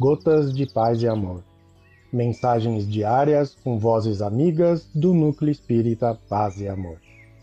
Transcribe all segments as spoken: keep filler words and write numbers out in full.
Gotas de Paz e Amor. Mensagens diárias com vozes amigas do Núcleo Espírita Paz e Amor.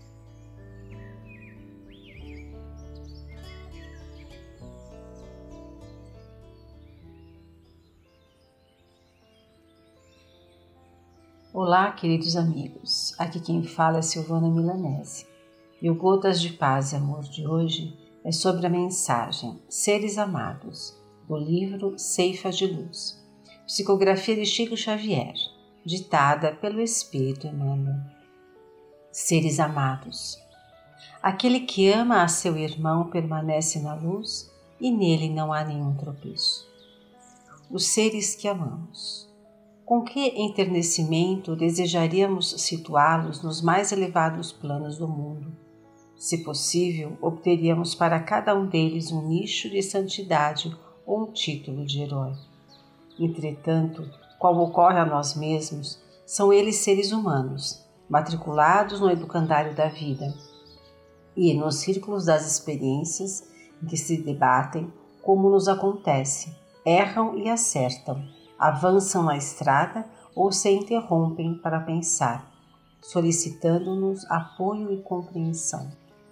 Olá, queridos amigos. Aqui quem fala é Silvana Milanese. E o Gotas de Paz e Amor de hoje é sobre a mensagem Seres Amados, do livro Ceifa de Luz, psicografia de Chico Xavier, ditada pelo Espírito Emmanuel. Seres amados. Aquele que ama a seu irmão permanece na luz e nele não há nenhum tropeço. Os seres que amamos. Com que enternecimento desejaríamos situá-los nos mais elevados planos do mundo? Se possível, obteríamos para cada um deles um nicho de santidade ou um título de herói. Entretanto, qual ocorre a nós mesmos, são eles seres humanos, matriculados no educandário da vida, e nos círculos das experiências em que se debatem como nos acontece, erram e acertam, avançam na estrada ou se interrompem para pensar, solicitando-nos apoio e compreensão.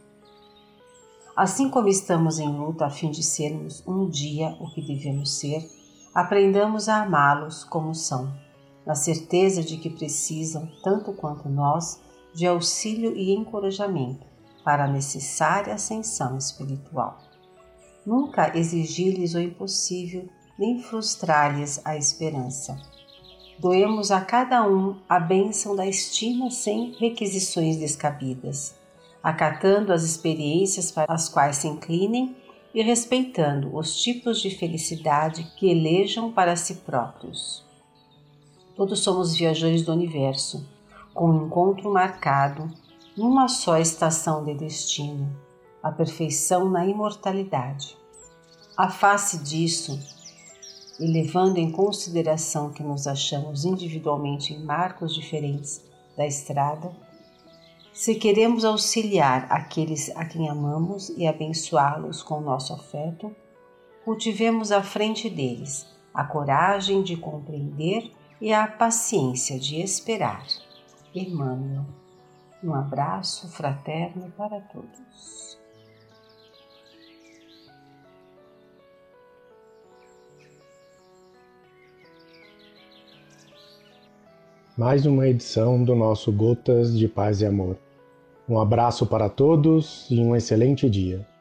Assim como estamos em luta a fim de sermos um dia o que devemos ser, aprendamos a amá-los como são, na certeza de que precisam, tanto quanto nós, de auxílio e encorajamento para a necessária ascensão espiritual. Nunca exigir-lhes o impossível, nem frustrar-lhes a esperança. Doemos a cada um a bênção da estima sem requisições descabidas, acatando as experiências para as quais se inclinem e respeitando os tipos de felicidade que elejam para si próprios. Todos somos viajantes do universo, com um encontro marcado numa só estação de destino, a perfeição na imortalidade. A face disso, e levando em consideração que nos achamos individualmente em marcos diferentes da estrada, se queremos auxiliar aqueles a quem amamos e abençoá-los com o nosso afeto, cultivemos à frente deles a coragem de compreender e a paciência de esperar. Emmanuel. Um abraço fraterno para todos. Mais uma edição do nosso Gotas de Paz e Amor. Um abraço para todos e um excelente dia.